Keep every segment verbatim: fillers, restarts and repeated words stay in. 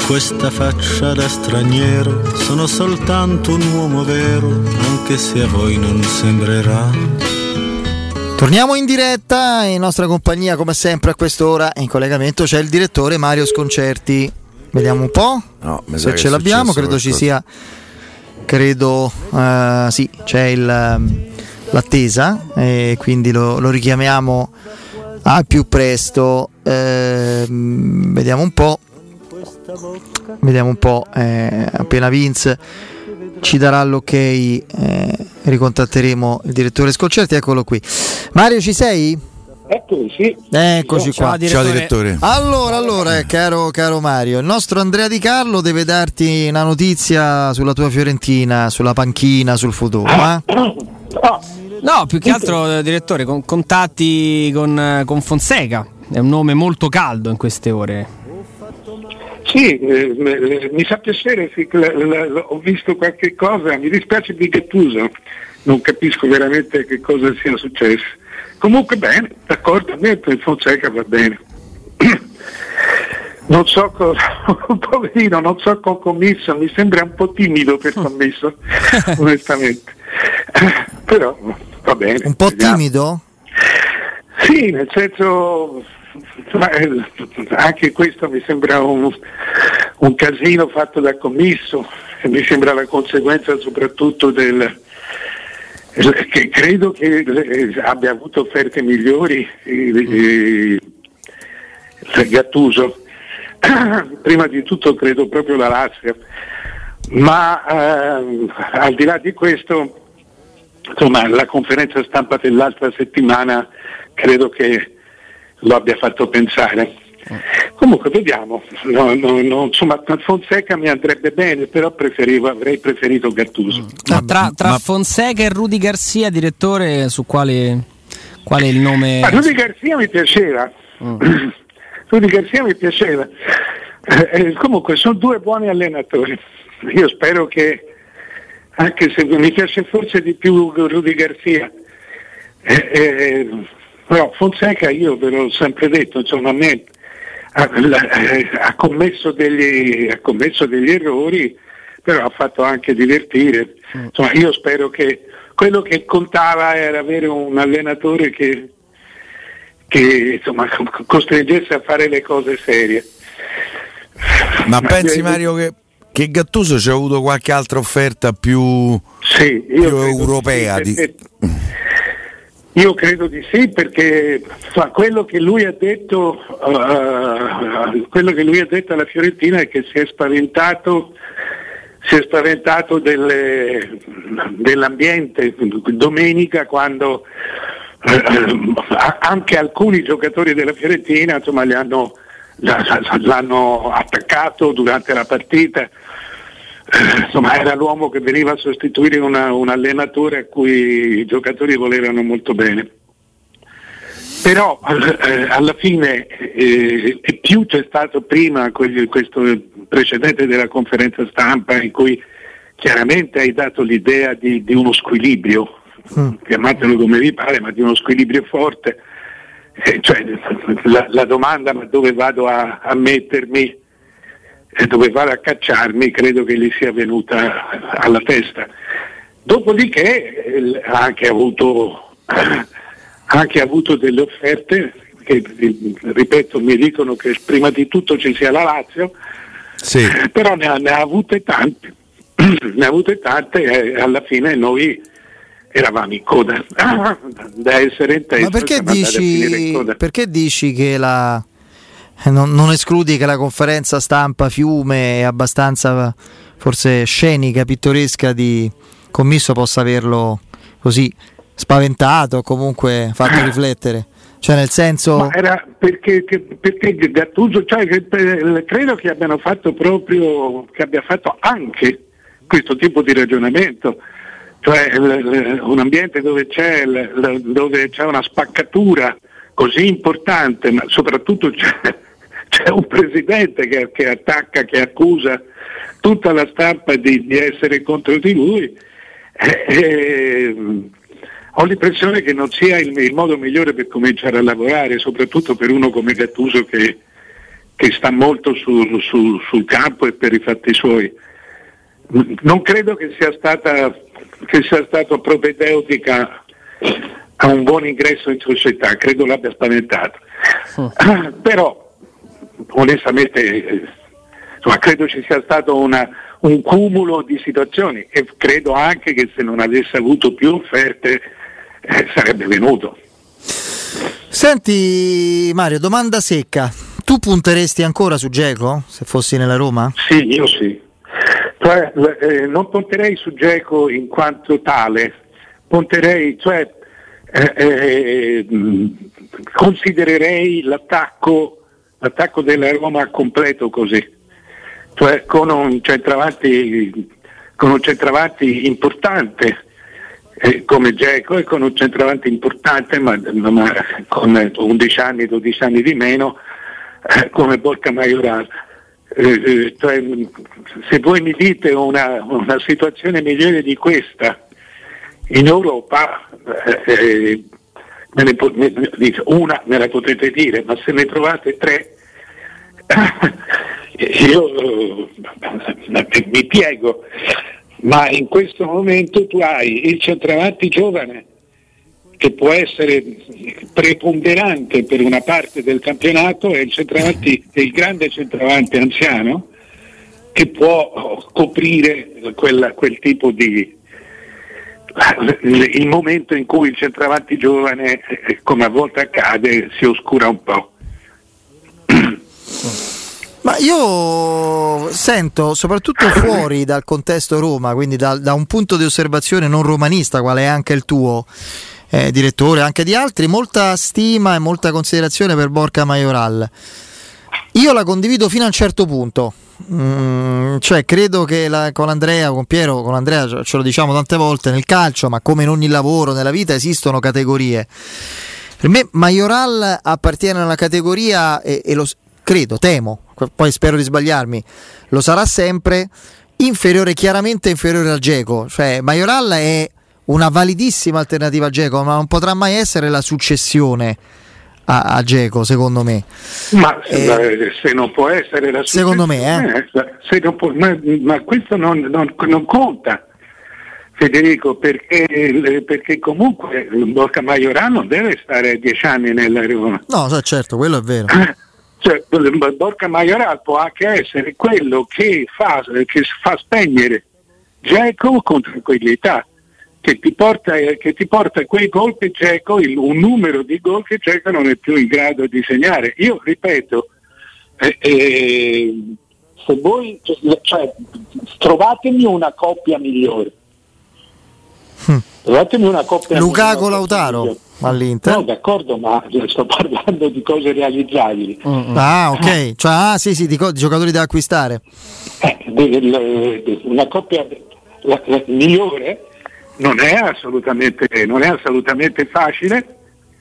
questa faccia da straniero, sono soltanto un uomo vero, anche se a voi non sembrerà. Torniamo in diretta, in nostra compagnia come sempre a quest'ora in collegamento c'è il direttore Mario Sconcerti. Vediamo un po' no, se ce l'abbiamo, credo qualcosa. Ci sia, credo uh, sì, c'è il, l'attesa e quindi lo, lo richiamiamo al più presto. Eh, vediamo un po', vediamo un po', eh, appena Vince ci darà l'ok, eh, ricontatteremo il direttore Sconcerti. Eccolo qui. Mario, ci sei? Eccoci, sì. Eccoci qua. Ciao direttore. Ciao direttore. Allora, allora, caro, caro Mario, il nostro Andrea Di Carlo deve darti una notizia sulla tua Fiorentina, sulla panchina, sul futuro. Eh? No, più che altro, direttore, con contatti con, con Fonseca. È un nome molto caldo in queste ore. Sì, eh, mi fa piacere, sì, la, la, ho visto qualche cosa, mi dispiace di Gattuso, non capisco veramente che cosa sia successo. Comunque bene, d'accordo, a me per Fonseca va bene. Non so cosa, poverino, non so con Commisso, mi sembra un po' timido per Commisso, onestamente. Però va bene. Un po' vediamo. Timido? Sì, nel senso, anche questo mi sembra un, un casino fatto da Commisso, e mi sembra la conseguenza soprattutto del che credo che abbia avuto offerte migliori eh, eh, Gattuso. Prima di tutto credo proprio la Lazio, ma eh, al di là di questo, insomma, la conferenza stampa dell'altra settimana credo che lo abbia fatto pensare. Comunque vediamo, no, no, no, insomma, Fonseca mi andrebbe bene, però preferivo, avrei preferito Gattuso. Ma tra, tra ma... Fonseca e Rudy Garcia, direttore, su quale, qual è il nome? Ah, Rudy Garcia mi piaceva. Mm. Rudy Garcia mi piaceva. Eh, comunque sono due buoni allenatori. Io spero che, anche se mi piace forse di più Rudy Garcia, eh, eh, però Fonseca, io ve l'ho sempre detto, insomma, a me ha, ha, commesso degli, ha commesso degli errori, però ha fatto anche divertire. Insomma, io spero che quello che contava era avere un allenatore che, che insomma, costringesse a fare le cose serie. Ma pensi, Mario, che, che Gattuso ci ha avuto qualche altra offerta più, sì, più europea? Sì, perché, io credo di sì, perché fa, quello che lui ha detto uh, quello che lui ha detto alla Fiorentina è che si è spaventato si è spaventato delle, dell'ambiente domenica, quando uh, anche alcuni giocatori della Fiorentina, insomma, li hanno, l'hanno attaccato durante la partita. Insomma, era l'uomo che veniva a sostituire una, un allenatore a cui i giocatori volevano molto bene. Però eh, alla fine eh, più c'è stato prima quel, questo precedente della conferenza stampa in cui chiaramente hai dato l'idea di, di uno squilibrio, mm. chiamatelo come vi pare, ma di uno squilibrio forte. Eh, cioè la, la domanda, ma dove vado a, a mettermi? E dove vado a cacciarmi, credo che gli sia venuta alla testa. Dopodiché eh, ha anche avuto, ha anche avuto delle offerte che, ripeto, mi dicono che prima di tutto ci sia la Lazio, sì. eh, però ne ha, ne ha avute tante, ne ha avute tante e alla fine noi eravamo in coda, ah, da essere in testa. Ma perché dici, perché dici che la... Non, non escludi che la conferenza stampa fiume e abbastanza forse scenica, pittoresca di Commisso possa averlo così spaventato o comunque fatto riflettere? Cioè, nel senso... Ma era perché, che, perché Gattuso, cioè, che, credo che abbiano fatto proprio, che abbia fatto anche questo tipo di ragionamento, cioè un ambiente dove c'è, dove c'è una spaccatura così importante, ma soprattutto c'è C'è un presidente che, che attacca, che accusa tutta la stampa di, di essere contro di lui. Eh, eh, ho l'impressione che non sia il, il modo migliore per cominciare a lavorare, soprattutto per uno come Gattuso che, che sta molto su, su, sul campo e per i fatti suoi. Non credo che sia stata che sia stato propedeutica a un buon ingresso in società, credo l'abbia spaventato. Mm. Però onestamente insomma, credo ci sia stato una, un cumulo di situazioni e credo anche che se non avesse avuto più offerte eh, sarebbe venuto. Senti Mario, domanda secca, tu punteresti ancora su Dzeko se fossi nella Roma? Sì, io sì. Cioè, eh, non punterei su Dzeko in quanto tale, punterei, cioè eh, eh, considererei l'attacco, l'attacco della Roma completo così, cioè con un centravanti, con un centravanti importante eh, come Dzeko e con un centravanti importante ma, ma con undici anni, dodici anni di meno eh, come Borja Mayoral. Eh, cioè, se voi mi dite una, una situazione migliore di questa in Europa, eh, me ne, me, una me la potete dire, ma se ne trovate tre io eh, mi piego, ma in questo momento tu hai il centravanti giovane che può essere preponderante per una parte del campionato e il centravanti, il grande centravanti anziano che può coprire quella, quel tipo di il momento in cui il centravanti giovane, come a volte accade, si oscura un po'. Ma io sento, soprattutto fuori dal contesto Roma, quindi da, da un punto di osservazione non romanista, quale è anche il tuo, eh, direttore, anche di altri, molta stima e molta considerazione per Borja Mayoral. Io la condivido fino a un certo punto, mm, cioè credo che la, con Andrea, con Piero, con Andrea ce lo diciamo tante volte, nel calcio, ma come in ogni lavoro, nella vita esistono categorie. Per me Mayoral appartiene alla categoria e, e lo credo, temo, poi spero di sbagliarmi, lo sarà sempre, inferiore, chiaramente inferiore al Dzeko. Cioè Mayoral è una validissima alternativa a Dzeko, ma non potrà mai essere la successione a, a Dzeko, secondo me. Ma eh, se non può essere la successione, secondo me, eh? se non può, ma, ma questo non, non, non conta, Federico, perché, perché comunque Borja Mayoral non deve stare dieci anni nella Roma. No, certo, quello è vero. Cioè, Borja Mayoral può anche essere quello che fa, che fa spegnere Dzeko con tranquillità, che ti porta, che ti porta quei gol che Dzeko, un numero di gol che Dzeko non è più in grado di segnare. Io ripeto, eh, eh, se voi cioè, trovatemi una coppia migliore. Hm. Trovatemi una coppia Lukaku Lautaro all'Inter. No, d'accordo, ma sto parlando di cose realizzabili. Mm-hmm. Ah, ok, cioè, ah, sì, sì, di, co- di giocatori da acquistare. Eh, una coppia la, la migliore non è assolutamente, non è assolutamente facile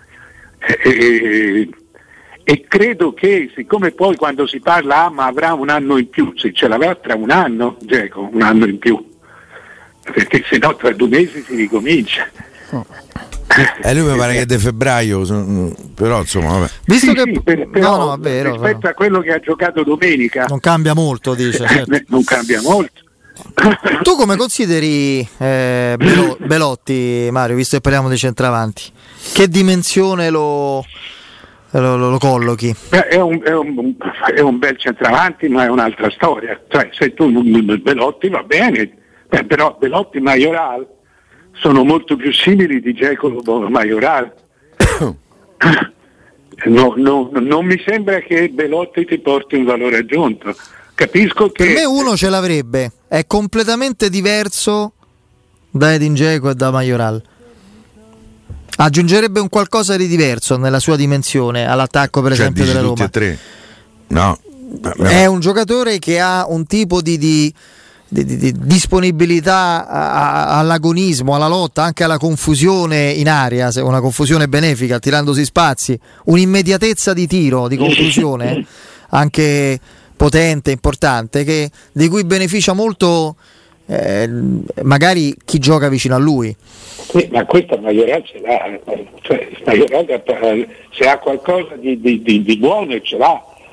e, e credo che siccome poi quando si parla ah, ma avrà un anno in più, se ce l'avrà tra un anno, Dzeko, un anno in più, perché se no tra due mesi si ricomincia. Oh. E eh, lui mi pare che è di febbraio, però insomma vabbè. Visto sì, che sì, per, però, no, no, vero, rispetto però. a quello che ha giocato domenica non cambia molto, dice, certo. Non cambia molto. Tu come consideri eh, Belotti, Mario, visto che parliamo dei centravanti? Che dimensione lo, lo, lo, lo collochi? Beh, è, un, è, un, è un bel centravanti, ma è un'altra storia. Cioè, se tu Belotti va bene, beh, però Belotti e Mayoral sono molto più simili di Dzeko Mayoral. No, no, non mi sembra che Belotti ti porti un valore aggiunto. Capisco che per me uno ce l'avrebbe, è completamente diverso da Edin Dzeko e da Mayoral. Aggiungerebbe un qualcosa di diverso nella sua dimensione all'attacco, per cioè, esempio, della tutti Roma. E tre. No. È un giocatore che ha un tipo di, di, di, di, di disponibilità a, a, all'agonismo, alla lotta, anche alla confusione in aria, una confusione benefica, tirandosi spazi, un'immediatezza di tiro, di conclusione anche potente, importante, che, di cui beneficia molto eh, magari chi gioca vicino a lui. Sì, ma questa Mayoral ce l'ha, cioè, Mayoral, se ha qualcosa di, di, di, di buono ce l'ha,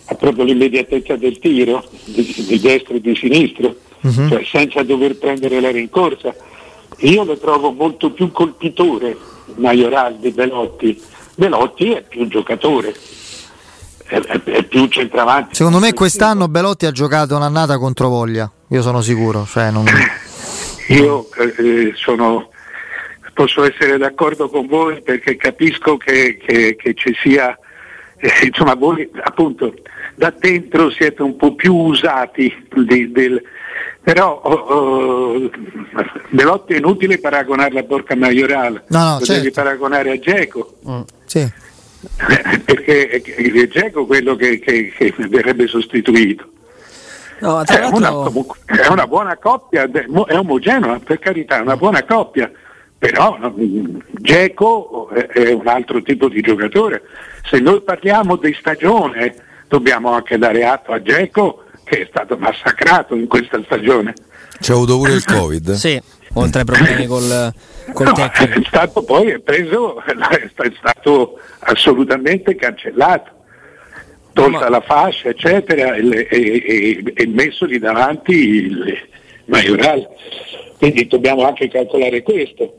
ha proprio l'immediatezza del tiro di, di destro e di sinistro, uh-huh. cioè senza dover prendere la rincorsa. Io lo trovo molto più colpitore Majoral di Belotti. Belotti è più giocatore, è, è, è più centravanti. Secondo me quest'anno Belotti ha giocato un'annata contro voglia, io sono sicuro, cioè non... io eh, sono posso essere d'accordo con voi perché capisco che, che, che ci sia eh, insomma voi appunto da dentro siete un po' più usati di, del, però oh, oh, Belotti è inutile paragonarla a Borca Majoral, no, no, lo certo. devi paragonare a Dzeko, mm, sì. perché è Dzeko quello che, che, che verrebbe sostituito. No, tra è, una, è una buona coppia, è omogenea, per carità, è una buona coppia, però Dzeko è un altro tipo di giocatore. Se noi parliamo di stagione dobbiamo anche dare atto a Dzeko che è stato massacrato in questa stagione. C'è avuto pure il Covid? Sì, oltre ai problemi col, col no, tecnico. È stato poi è preso, è stato assolutamente cancellato, tolta no, ma... la fascia eccetera e, e, e, e messo lì davanti il Majoral. Quindi dobbiamo anche calcolare questo.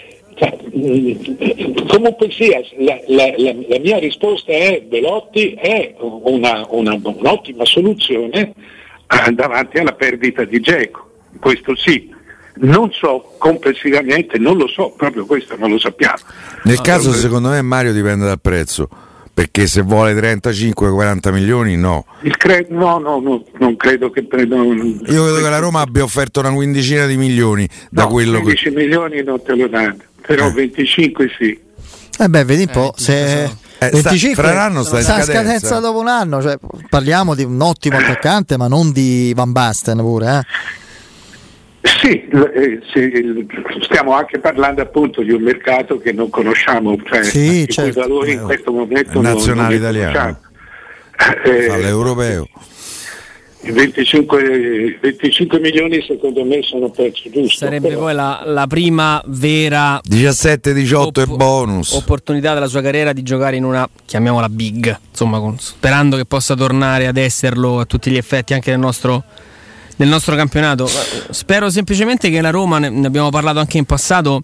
Comunque sia, la, la, la, la mia risposta è Belotti è una, una, un'ottima soluzione eh, davanti alla perdita di Dzeko, questo sì. Non so complessivamente, non lo so, proprio questo non lo sappiamo. Nel no, caso per... secondo me Mario dipende dal prezzo, perché se vuole trentacinque quaranta milioni no. Il cre... no, no, no, non credo che prenda un... Io credo che la Roma abbia offerto una quindicina di milioni da no, quello quindici che... milioni non te lo danno, però eh. venticinque sì. Eh beh, vedi un po', eh, se eh, venticinque sta, fra l'anno sta in sta scadenza. scadenza dopo un anno, cioè, parliamo di un ottimo attaccante, ma non di Van Basten pure, eh. Sì, eh, sì, stiamo anche parlando appunto di un mercato che non conosciamo, cioè sì, i certo. cui valori in questo momento nazionale non, non italiano eh, all'europeo. venticinque, venticinque milioni secondo me sono prezzo giusto. Sarebbe però... poi la, la prima vera diciassette diciotto op- e bonus opportunità della sua carriera di giocare in una, chiamiamola big, insomma, con, sperando che possa tornare ad esserlo a tutti gli effetti anche nel nostro nel nostro campionato. Spero semplicemente che la Roma, ne abbiamo parlato anche in passato,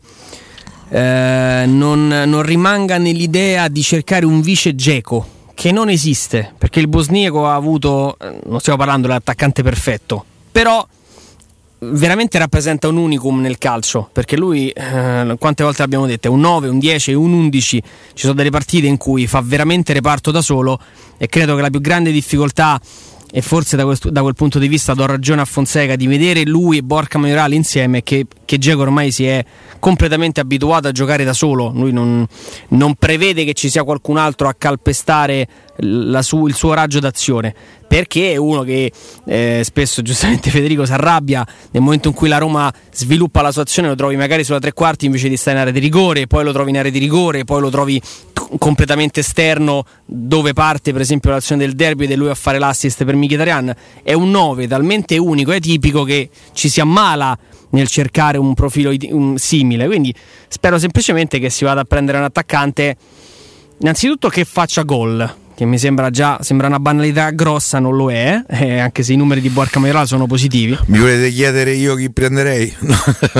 eh, non, non rimanga nell'idea di cercare un vice Dzeko, che non esiste, perché il bosniaco ha avuto, non stiamo parlando dell'attaccante perfetto, però veramente rappresenta un unicum nel calcio, perché lui, eh, quante volte l'abbiamo detto, è un nove, un dieci, un undici, ci sono delle partite in cui fa veramente reparto da solo, e credo che la più grande difficoltà, e forse da, questo, da quel punto di vista do ragione a Fonseca, di vedere lui e Borca Majoral insieme, che, che Dzeko ormai si è completamente abituato a giocare da solo. Lui non, non prevede che ci sia qualcun altro a calpestare la su, il suo raggio d'azione, perché è uno che eh, spesso, giustamente Federico, si arrabbia nel momento in cui la Roma sviluppa la sua azione, lo trovi magari sulla tre quarti invece di stare in area di rigore, poi lo trovi in area di rigore, poi lo trovi completamente esterno dove parte per esempio l'azione del derby ed è lui a fare l'assist per Mkhitaryan. È un nove talmente unico e tipico che ci si ammala nel cercare un profilo un, simile, quindi spero semplicemente che si vada a prendere un attaccante innanzitutto che faccia gol, che mi sembra già sembra una banalità grossa, non lo è, eh, anche se i numeri di Borca Majoral sono positivi. Mi volete chiedere io chi prenderei? No,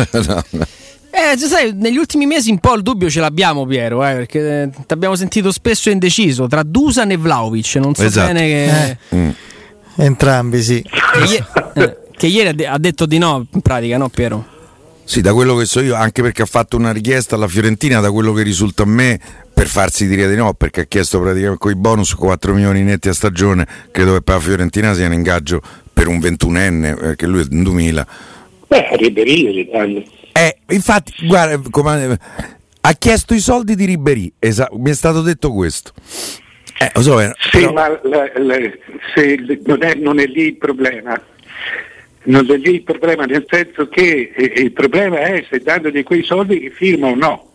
no. Eh, sai, negli ultimi mesi un po' il dubbio ce l'abbiamo, Piero, eh, perché ti abbiamo sentito spesso indeciso tra Dusan e Vlahovic, non so esatto. bene che... Eh, mm. Entrambi sì. Che, ie- eh, che ieri ha, de- ha detto di no, in pratica, no Piero? Sì, da quello che so io, anche perché ha fatto una richiesta alla Fiorentina, da quello che risulta a me, per farsi dire di no, perché ha chiesto praticamente con i bonus quattro milioni netti a stagione, credo che per la Fiorentina sia in ingaggio per un ventunenne, perché lui è un duemila. Beh, a Ribéry l'Italia. Eh, infatti, guarda, come, ha chiesto i soldi di Ribéry, esa- mi è stato detto questo. Eh, lo so, eh, sì, però... ma la, la, se non, è, non è lì il problema. Non è lì il problema, nel senso che eh, il problema è se dandogli quei soldi che firma o no.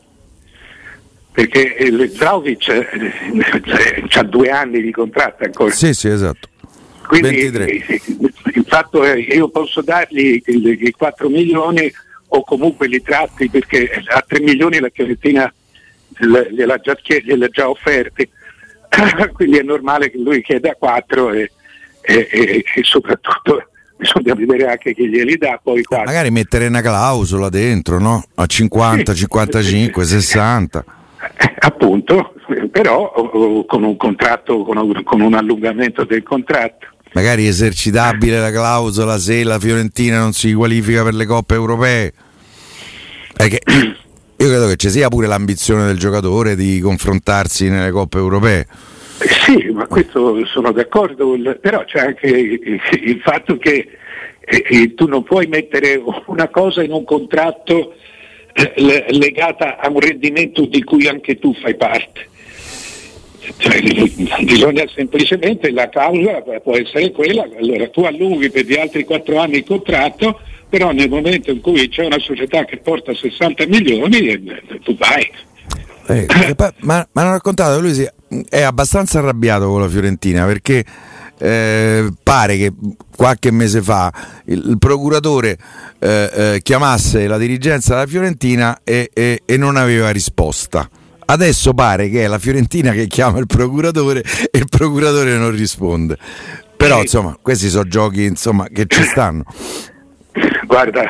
Perché il Vlahovic eh, ha due anni di contratto ancora. Sì, sì, esatto. Quindi ventitré. Eh, il fatto è che io posso dargli i quattro milioni o comunque li tratti, perché a tre milioni la Fiorentina gliel'ha già, gliel'ha già offerti, quindi è normale che lui chieda quattro e, e, e, e soprattutto bisogna vedere anche chi glieli dà poi quattro. Magari mettere una clausola dentro, no? A cinquanta, sì, cinquantacinque, sessanta. Eh, appunto, però o, con un contratto, con un, con un allungamento del contratto. Magari esercitabile la clausola se la Fiorentina non si qualifica per le coppe europee. Perché io credo che ci sia pure l'ambizione del giocatore di confrontarsi nelle coppe europee. Eh sì, ma questo sono d'accordo, però c'è anche il fatto che eh, tu non puoi mettere una cosa in un contratto eh, legata a un rendimento di cui anche tu fai parte. Cioè, bisogna semplicemente, la clausola può essere quella, allora tu allunghi per gli altri quattro anni il contratto, però nel momento in cui c'è una società che porta sessanta milioni eh, tu vai. Eh, ma mi hanno raccontato che lui si è abbastanza arrabbiato con la Fiorentina perché eh, pare che qualche mese fa il, il procuratore eh, eh, chiamasse la dirigenza della Fiorentina e, e, e non aveva risposta. Adesso pare che è la Fiorentina che chiama il procuratore e il procuratore non risponde. Però insomma questi sono giochi insomma che ci stanno. Guarda,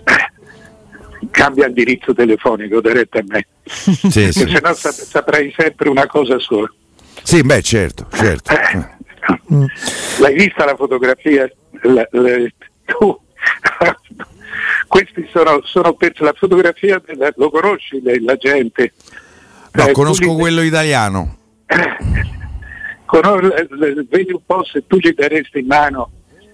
cambia indirizzo telefonico diretta a me, sì, sì. Se no sap- saprai sempre una cosa sola. Sì, beh, certo, certo. Eh, l'hai vista la fotografia? La, la, tu, questi sono, sono per la fotografia, della, lo conosci la gente? No, eh, conosco li, quello italiano. Conos- vedi un po' se tu gli daresti in mano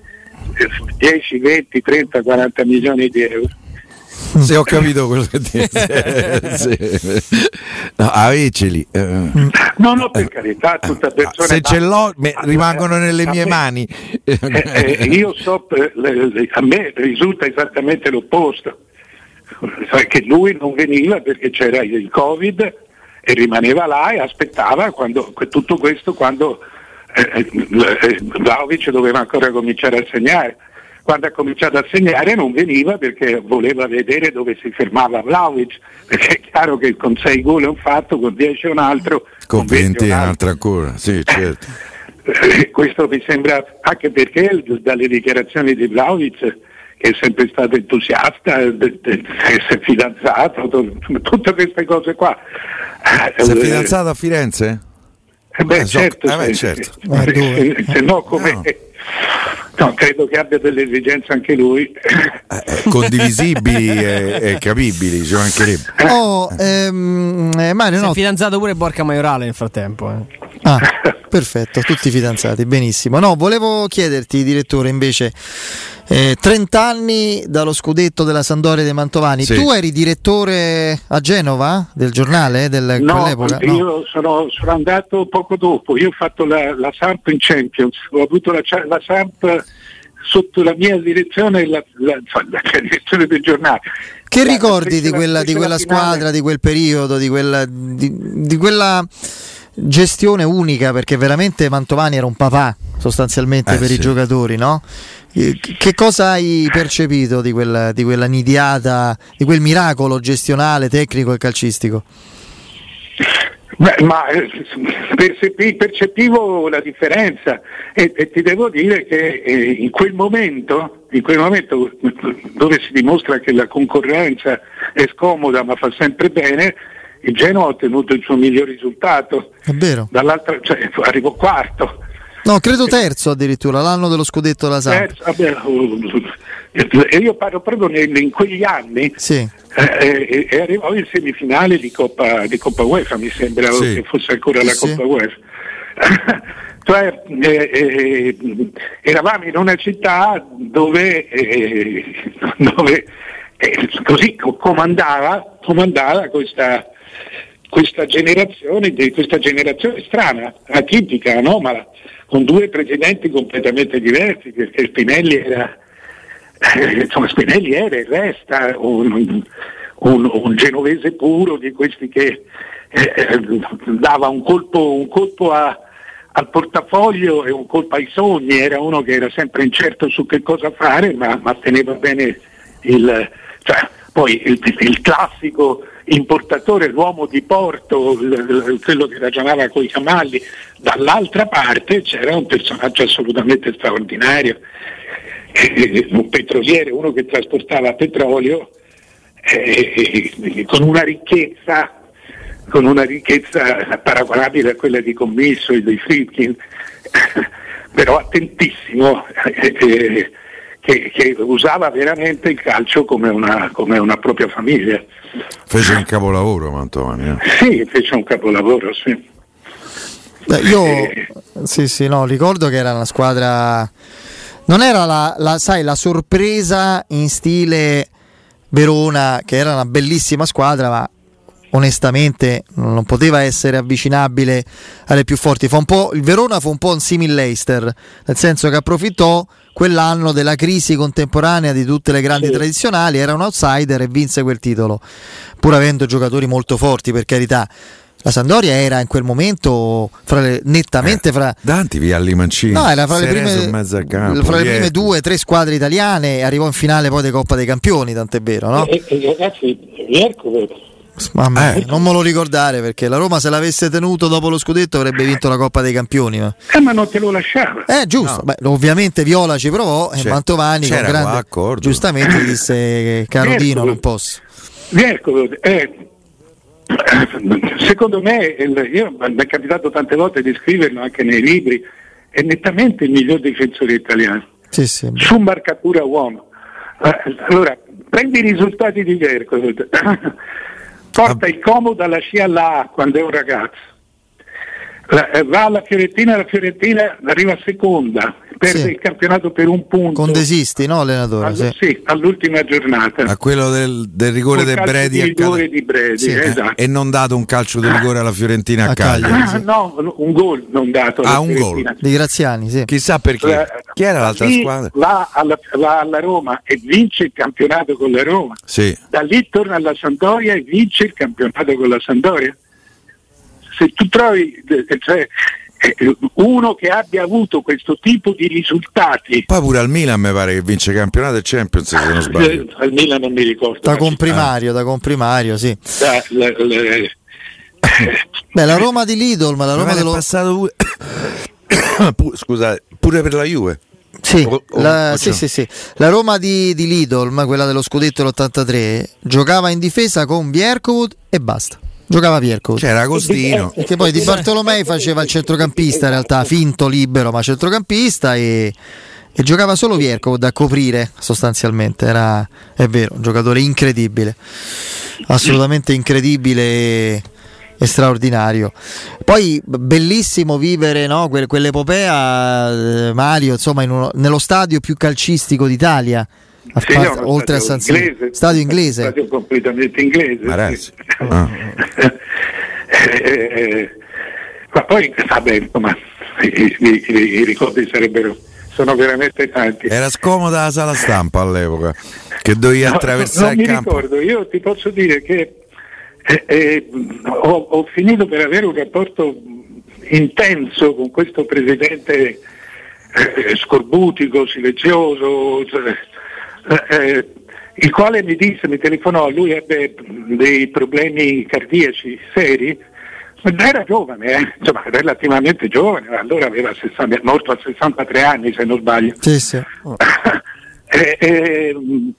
dieci, venti, trenta, quaranta milioni di euro. Se ho capito quello che dici. Sì. No, aveceli. Eh. No, no, per carità, tutta persona. Se ce l'ho, me, rimangono nelle mie me, mani. Eh, eh, io so, a me risulta esattamente l'opposto. Che lui non veniva perché c'era il Covid e rimaneva là e aspettava quando, tutto questo quando eh, eh, Vlahovic doveva ancora cominciare a segnare. Quando ha cominciato a segnare non veniva perché voleva vedere dove si fermava Vlahovic, perché è chiaro che con sei gol è un fatto, con dieci è un altro, con venti è un altro ancora, sì, certo. Questo mi sembra, anche perché dalle dichiarazioni di Vlahovic, che è sempre stato entusiasta, essere fidanzato, tutte queste cose qua. Si è fidanzato a Firenze? Eh beh, eh, certo, so, eh beh, certo. Se, se, se no come... No. No, credo che abbia delle esigenze anche lui. Eh, condivisibili e, e capibili, ci mancherebbe. Oh, ehm, eh, Mario, si no. è fidanzato pure Borca Maiorale nel frattempo. Eh. Ah, perfetto, tutti fidanzati, benissimo. No, volevo chiederti, direttore, invece, eh, trenta anni dallo scudetto della Sampdoria dei Mantovani. Sì. Tu eri direttore a Genova del giornale del, no, quell'epoca? No, io sono, sono andato poco dopo. Io ho fatto la, la Samp in Champions, ho avuto la, la Samp sotto la mia direzione, la, la, la, la direzione del giornale. Che la, ricordi di quella, di quella squadra, di quel periodo, di quella, di, di quella gestione unica, perché veramente Mantovani era un papà sostanzialmente eh, per sì. i giocatori, no? Che cosa hai percepito di quella, di quella nidiata, di quel miracolo gestionale, tecnico e calcistico? Beh, ma percepi, percepivo la differenza e, e ti devo dire che eh, in quel momento, in quel momento dove si dimostra che la concorrenza è scomoda ma fa sempre bene, il Genoa ha ottenuto il suo miglior risultato. È vero. Dall'altra, cioè, arrivò quarto. No, credo terzo addirittura, l'anno dello scudetto della Samp. E io parlo proprio in quegli anni. Sì. Eh, e arrivò in semifinale di Coppa, di Coppa UEFA, mi sembra sì. che fosse ancora la sì, Coppa sì. UEFA. Cioè eh, eh, eravamo in una città dove, eh, dove eh, così comandava, comandava questa, questa generazione, questa generazione strana, atipica, anomala, con due presidenti completamente diversi, perché Spinelli era Eh, insomma Spinelli era e resta un, un, un genovese puro, di questi che eh, dava un colpo, un colpo a, al portafoglio e un colpo ai sogni. Era uno che era sempre incerto su che cosa fare, ma, ma teneva bene il, cioè, poi il, il classico importatore, l'uomo di porto, l- quello che ragionava con i cavalli. Dall'altra parte c'era un personaggio assolutamente straordinario, eh, un petroliere, uno che trasportava petrolio, eh, con una ricchezza con una ricchezza paragonabile a quella di Commisso e dei Friedkin, però attentissimo, eh, eh, che, che usava veramente il calcio come una, come una propria famiglia. Fece un capolavoro Mantovani. Eh. Sì, fece un capolavoro, sì. Beh, io eh. sì, sì, no, ricordo che era una squadra, non era la, la, sai, la sorpresa in stile Verona, che era una bellissima squadra, ma onestamente non poteva essere avvicinabile alle più forti. Fa un po', il Verona fu un po' un simil Leicester, nel senso che approfittò quell'anno della crisi contemporanea di tutte le grandi sì. tradizionali, era un outsider e vinse quel titolo, pur avendo giocatori molto forti, per carità. La Sampdoria era in quel momento fra le, nettamente eh, fra Danti via Limancini, no, era fra le prime, campo, fra le prime due tre squadre italiane, e arrivò in finale poi di Coppa dei Campioni, tant'è vero, no? E, e ragazzi, Vierco Mamma, eh. non me lo ricordare, perché la Roma, se l'avesse tenuto dopo lo scudetto, avrebbe vinto la Coppa dei Campioni. Ma, eh, ma non te lo lasciava. Eh, giusto. No. Beh, ovviamente Viola ci provò, e Mantovani con grande, giustamente disse che caro Dino, non posso. Vierco, eh, secondo me, io mi è capitato tante volte di scriverlo anche nei libri, è nettamente il miglior difensore italiano. Sì, sì, su marcatura uomo. Allora, prendi i risultati di Vierco. Porta il Como dalla C alla A quando è un ragazzo, la, va alla Fiorentina, la Fiorentina arriva seconda, perde sì. il campionato per un punto. Con Desisti, no, allenatore? All- sì. sì, all'ultima giornata. A quello del, del rigore del Bredi, di rigore di Bredi sì, esatto. E non dato un calcio di rigore alla Fiorentina a, a Cagliari. Ah, sì. No, un gol non dato. Ah, un gol di Graziani, sì. Chissà perché. La, Chi era l'altra lì squadra? Va alla, va alla Roma e vince il campionato con la Roma. Sì. Da lì torna alla Sampdoria e vince il campionato con la Sampdoria. Se tu trovi, cioè, uno che abbia avuto questo tipo di risultati. Poi pure al Milan mi pare che vince campionato e Champions, se non sbaglio. Al Milan non mi ricordo. Da comprimario, ah. da comprimario, sì. Da, la, la, Beh, la Roma di Lidl, ma la Roma dello... è passato pure... Scusate, pure per la Juve. Sì, o, o, la, o sì, sì, sì. La Roma di, di Lidl, quella dello scudetto dell'ottantatré, giocava in difesa con Vierkovud e basta. Giocava Vierkovud. C'era Agostino. Perché poi Di Bartolomei faceva il centrocampista, in realtà finto libero, ma centrocampista, e, e giocava solo Vierkovud a coprire sostanzialmente. Era, è vero, un giocatore incredibile, assolutamente incredibile e, e straordinario. Poi bellissimo vivere, no, que- quell'epopea, eh, Mario, insomma, in uno, nello stadio più calcistico d'Italia. Sì, part- oltre a San Siro, stadio inglese, stadio completamente inglese, sì. ah. eh, ma poi vabbè, insomma, i, i, i, i ricordi sarebbero sono veramente tanti. Era scomoda la sala stampa all'epoca, che dovevi no, attraversare non il campo. Non mi ricordo, io ti posso dire che eh, eh, ho, ho finito per avere un rapporto intenso con questo presidente eh, scorbutico, silenzioso, cioè, Eh, il quale mi disse, mi telefonò, lui ebbe dei problemi cardiaci seri, ma era giovane, eh? Insomma, relativamente giovane, allora aveva sessanta, è morto a sessantatré anni se non sbaglio. Sì, sì. Oh. eh, eh,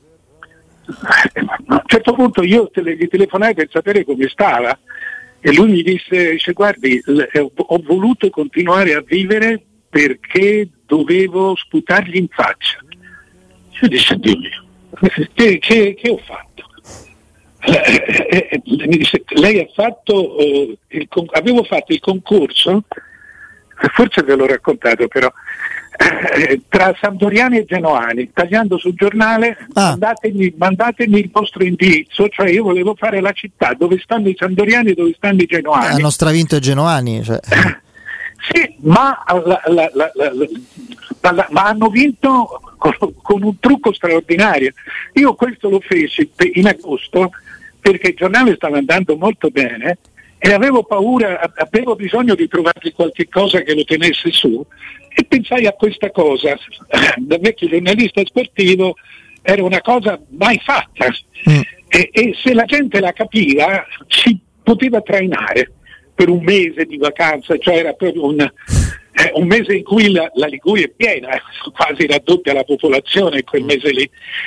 a un certo punto io tele, gli telefonai per sapere come stava e lui mi disse, dice, guardi, ho voluto continuare a vivere perché dovevo sputargli in faccia. Io disse, Dio mio, che, che, che ho fatto? Eh, eh, mi disse, lei ha fatto, eh, il, avevo fatto il concorso, forse ve l'ho raccontato però, eh, tra Sampdoriani e Genoani, tagliando sul giornale, ah. mandatemi, mandatemi il vostro indirizzo, cioè io volevo fare la città dove stanno i Sampdoriani e dove stanno i Genoani. Eh, hanno stravinto i Genoani, cioè. Sì, ma, la, la, la, la, la, la, ma hanno vinto con, con un trucco straordinario. Io questo lo feci in agosto perché il giornale stava andando molto bene e avevo paura, avevo bisogno di trovargli qualche cosa che lo tenesse su e pensai a questa cosa. Da vecchio giornalista sportivo era una cosa mai fatta. Mm. e, e se la gente la capiva si poteva trainare per un mese di vacanza, cioè era proprio un, eh, un mese in cui la, la Liguria è piena, eh, quasi raddoppia la popolazione quel mese lì,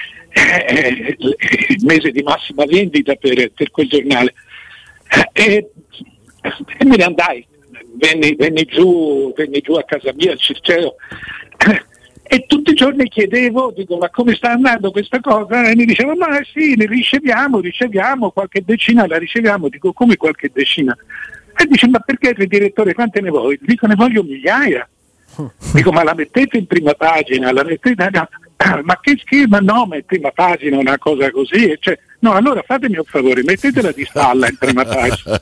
eh, il mese di massima vendita per, per quel giornale, eh, e, e me ne andai, venni, venni, giù, venni giù a casa mia al Circeo, eh, e tutti i giorni chiedevo, dico, ma come sta andando questa cosa? E mi diceva, ma sì, ne riceviamo, riceviamo, qualche decina la riceviamo. Dico, come qualche decina? E dice, ma perché il direttore, quante ne vuoi? Dico, ne voglio migliaia. Dico, ma la mettete in prima pagina? La mettete... No. Ma che schema? No, ma in prima pagina una cosa così. E cioè, no, allora fatemi un favore, mettetela di spalla in prima pagina.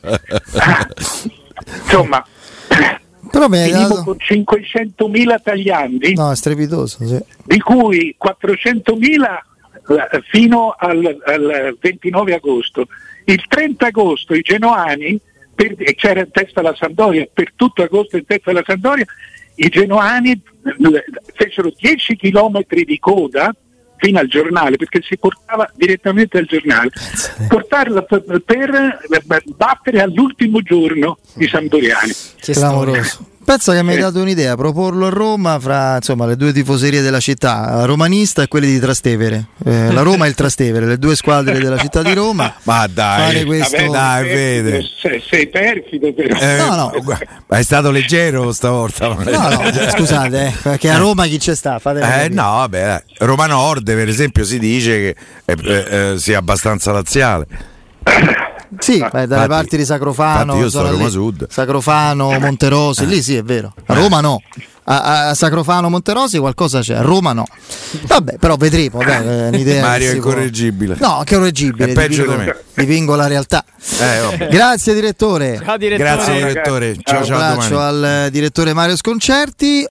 Insomma... Però mi hai finivo dato... con cinquecentomila tagliandi, no, è strepitoso, sì. Di cui quattrocentomila fino al, al ventinove agosto. Il trenta agosto i genoani, per, c'era in testa la Sampdoria, per tutto agosto in testa la Sampdoria, i genoani fecero dieci chilometri di coda fino al giornale, perché si portava direttamente al giornale, portarla per, per battere all'ultimo giorno i sampdoriani. Clamoroso. Pensa che mi hai dato un'idea, proporlo a Roma fra insomma le due tifoserie della città, la romanista e quelle di Trastevere. Eh, la Roma e il Trastevere, le due squadre della città di Roma. Ma dai, fare questo... vabbè, dai, vede. Sei, sei perfido però. Eh, no, no. Ma è stato leggero stavolta. No, no, scusate, eh, perché a Roma chi c'è sta? Eh, no, vabbè, Roma Nord per esempio si dice che eh, eh, sia abbastanza laziale. Sì, beh, dalle infatti, parti di Sacrofano, io sto a Roma lì. Sud. Sacrofano, Monterosi, lì sì è vero. A Roma no. A, a Sacrofano, Monterosi qualcosa c'è, a Roma no. Vabbè, però vedremo. Dai, un'idea Mario è può... incorreggibile. No, che correggibile. È peggio dipingo, di me. dipingo la realtà. Eh, Grazie direttore. Ciao direttore. Grazie direttore. Ciao, Un ciao, abbraccio domani. al direttore Mario Sconcerti.